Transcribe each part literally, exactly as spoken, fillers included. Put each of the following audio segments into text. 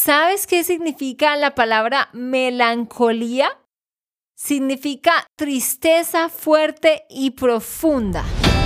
¿Sabes qué significa la palabra melancolía? Significa tristeza fuerte y profunda.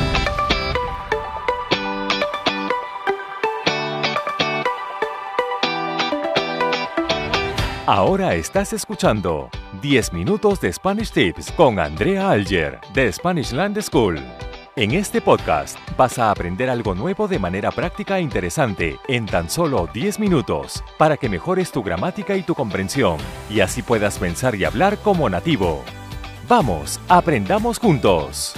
Ahora estás escuchando diez minutos de Spanish Tips con Andrea Alger de Spanish Land School. En este podcast vas a aprender algo nuevo de manera práctica e interesante en tan solo diez minutos para que mejores tu gramática y tu comprensión y así puedas pensar y hablar como nativo. ¡Vamos, aprendamos juntos!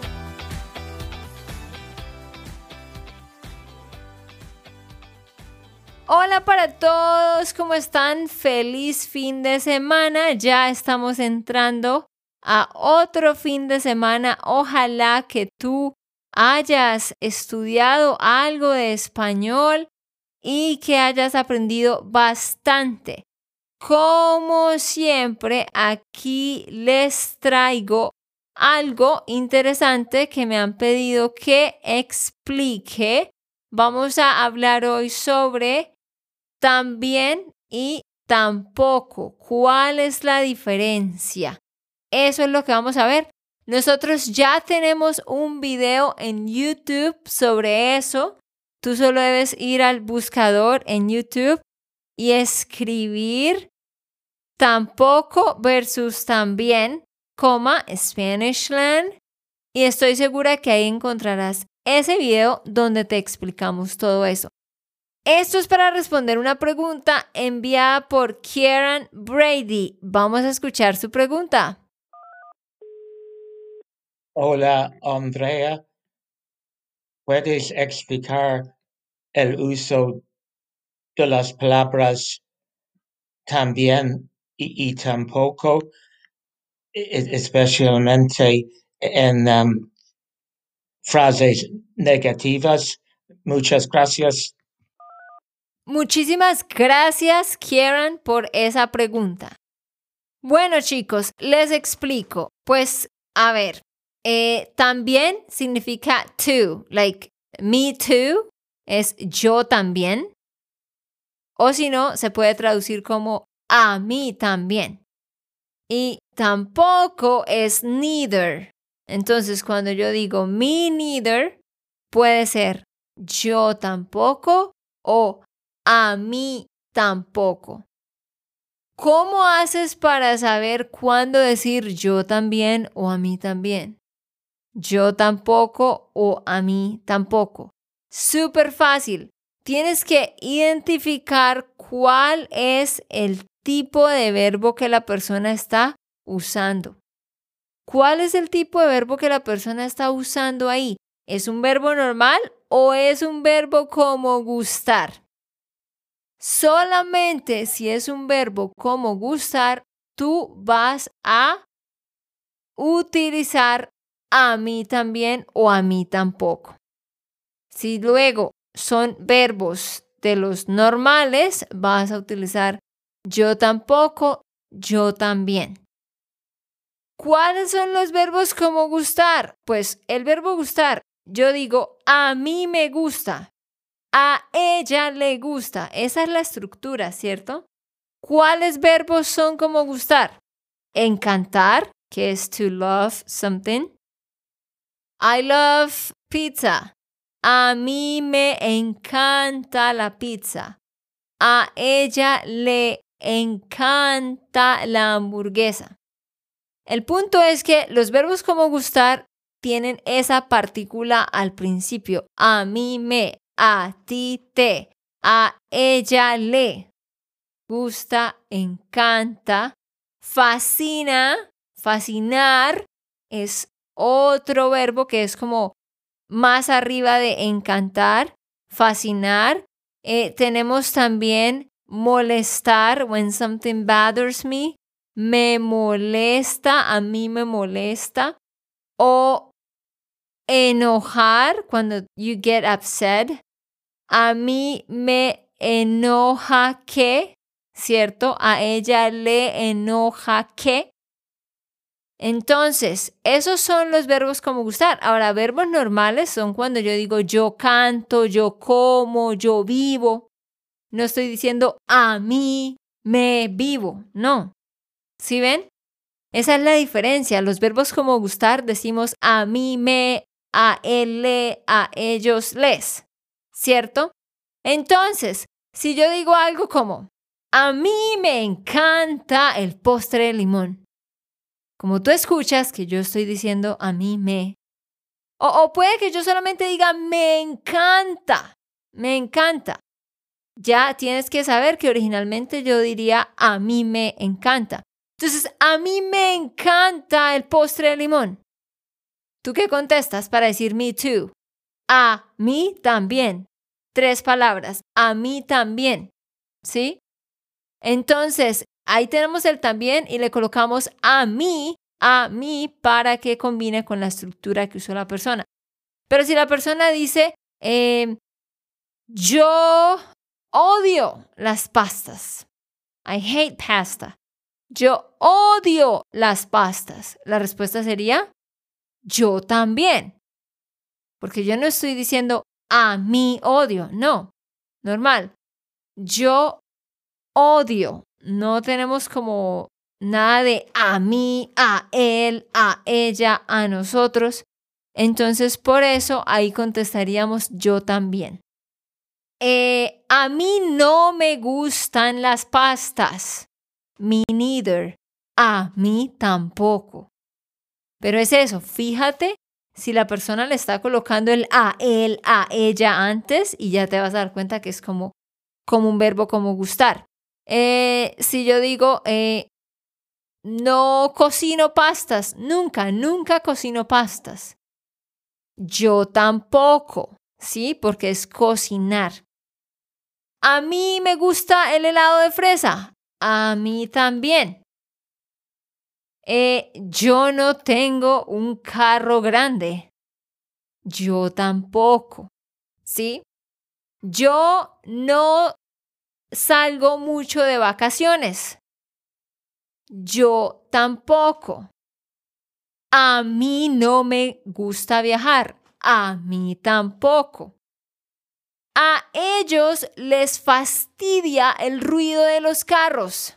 Hola para todos, ¿cómo están? Feliz fin de semana. Ya estamos entrando a otro fin de semana. Ojalá que tú hayas estudiado algo de español y que hayas aprendido bastante. Como siempre, aquí les traigo algo interesante que me han pedido que explique. Vamos a hablar hoy sobre también y tampoco. ¿Cuál es la diferencia? Eso es lo que vamos a ver. Nosotros ya tenemos un video en YouTube sobre eso. Tú solo debes ir al buscador en YouTube y escribir tampoco versus también, coma, Spanishland. Y estoy segura que ahí encontrarás ese video donde te explicamos todo eso. Esto es para responder una pregunta enviada por Kieran Brady. Vamos a escuchar su pregunta. Hola, Andrea. ¿Puedes explicar el uso de las palabras también y, y tampoco, especialmente en um, frases negativas? Muchas gracias. Muchísimas gracias, Kieran, por esa pregunta. Bueno, chicos, les explico. Pues, a ver, eh, también significa too, like me too, es yo también. O si no, se puede traducir como a mí también. Y tampoco es neither. Entonces, cuando yo digo me neither, puede ser yo tampoco o a mí tampoco. ¿Cómo haces para saber cuándo decir yo también o a mí también? Yo tampoco o a mí tampoco. Súper fácil. Tienes que identificar cuál es el tipo de verbo que la persona está usando. ¿Cuál es el tipo de verbo que la persona está usando ahí? ¿Es un verbo normal o es un verbo como gustar? Solamente si es un verbo como gustar, tú vas a utilizar a mí también o a mí tampoco. Si luego son verbos de los normales, vas a utilizar yo tampoco, yo también. ¿Cuáles son los verbos como gustar? Pues el verbo gustar, yo digo a mí me gusta. A ella le gusta. Esa es la estructura, ¿cierto? ¿Cuáles verbos son como gustar? Encantar, que es to love something. I love pizza. A mí me encanta la pizza. A ella le encanta la hamburguesa. El punto es que los verbos como gustar tienen esa partícula al principio. A mí me. A ti te, a ella le, gusta, encanta, fascina, fascinar es otro verbo que es como más arriba de encantar, fascinar. Eh, tenemos también molestar, when something bothers me, me molesta, a mí me molesta, o enojar, cuando you get upset. A mí me enoja que, ¿cierto? A ella le enoja que. Entonces, esos son los verbos como gustar. Ahora, verbos normales son cuando yo digo yo canto, yo como, yo vivo. No estoy diciendo a mí me vivo. No. ¿Sí ven? Esa es la diferencia. Los verbos como gustar decimos a mí me, a él le, a ellos les. ¿Cierto? Entonces, si yo digo algo como a mí me encanta el postre de limón. Como tú escuchas que yo estoy diciendo a mí me. O, o puede que yo solamente diga me encanta. Me encanta. Ya tienes que saber que originalmente yo diría a mí me encanta. Entonces, a mí me encanta el postre de limón. ¿Tú qué contestas para decir me too? A mí también. Tres palabras. A mí también. ¿Sí? Entonces, ahí tenemos el también y le colocamos a mí, a mí para que combine con la estructura que usó la persona. Pero si la persona dice, eh, yo odio las pastas. I hate pasta. Yo odio las pastas. La respuesta sería, yo también. Porque yo no estoy diciendo a mí odio. No, normal. Yo odio. No tenemos como nada de a mí, a él, a ella, a nosotros. Entonces, por eso ahí contestaríamos yo también. Eh, a mí no me gustan las pastas. Me neither. A mí tampoco. Pero es eso, fíjate si la persona le está colocando el a él, a ella antes y ya te vas a dar cuenta que es como, como un verbo como gustar. Eh, si yo digo, eh, no cocino pastas, nunca, nunca cocino pastas. Yo tampoco, ¿sí? Porque es cocinar. A mí me gusta el helado de fresa. A mí también. Eh, yo no tengo un carro grande. Yo tampoco. ¿Sí? Yo no salgo mucho de vacaciones. Yo tampoco. A mí no me gusta viajar. A mí tampoco. A ellos les fastidia el ruido de los carros.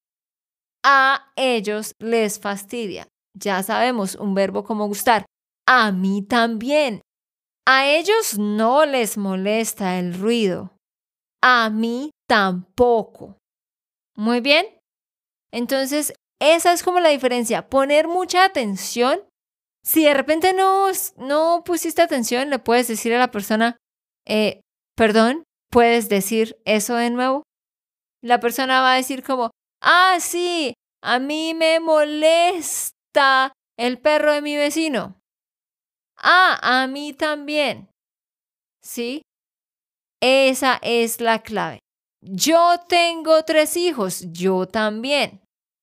A ellos les fastidia. Ya sabemos, un verbo como gustar. A mí también. A ellos no les molesta el ruido. A mí tampoco. Muy bien. Entonces, esa es como la diferencia. Poner mucha atención. Si de repente no, no pusiste atención, le puedes decir a la persona, eh, perdón, ¿puedes decir eso de nuevo? La persona va a decir como, ah, sí, a mí me molesta el perro de mi vecino. Ah, a mí también. ¿Sí? Esa es la clave. Yo tengo tres hijos, yo también.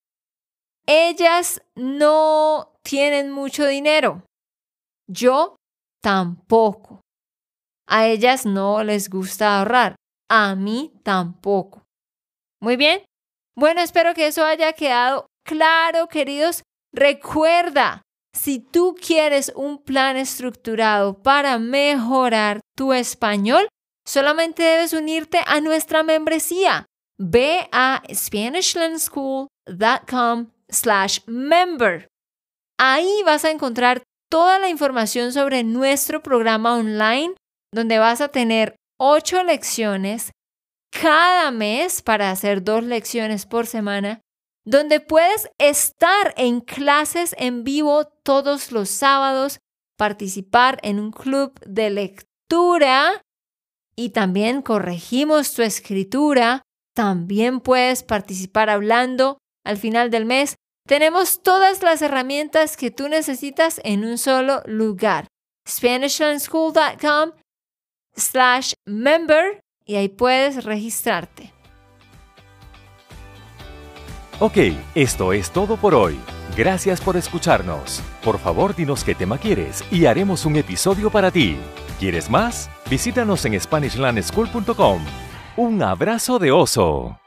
Ellas no tienen mucho dinero. Yo tampoco. A ellas no les gusta ahorrar. A mí tampoco. Muy bien. Bueno, espero que eso haya quedado claro, queridos. Recuerda, si tú quieres un plan estructurado para mejorar tu español, solamente debes unirte a nuestra membresía. Ve a SpanishLandSchool.com slash member. Ahí vas a encontrar toda la información sobre nuestro programa online, donde vas a tener ocho lecciones cada mes para hacer dos lecciones por semana, donde puedes estar en clases en vivo todos los sábados, participar en un club de lectura y también corregimos tu escritura. También puedes participar hablando al final del mes. Tenemos todas las herramientas que tú necesitas en un solo lugar. SpanishLandSchool.com slash member y ahí puedes registrarte. Ok, esto es todo por hoy. Gracias por escucharnos. Por favor, dinos qué tema quieres y haremos un episodio para ti. ¿Quieres más? Visítanos en Spanish Land School punto com. Un abrazo de oso.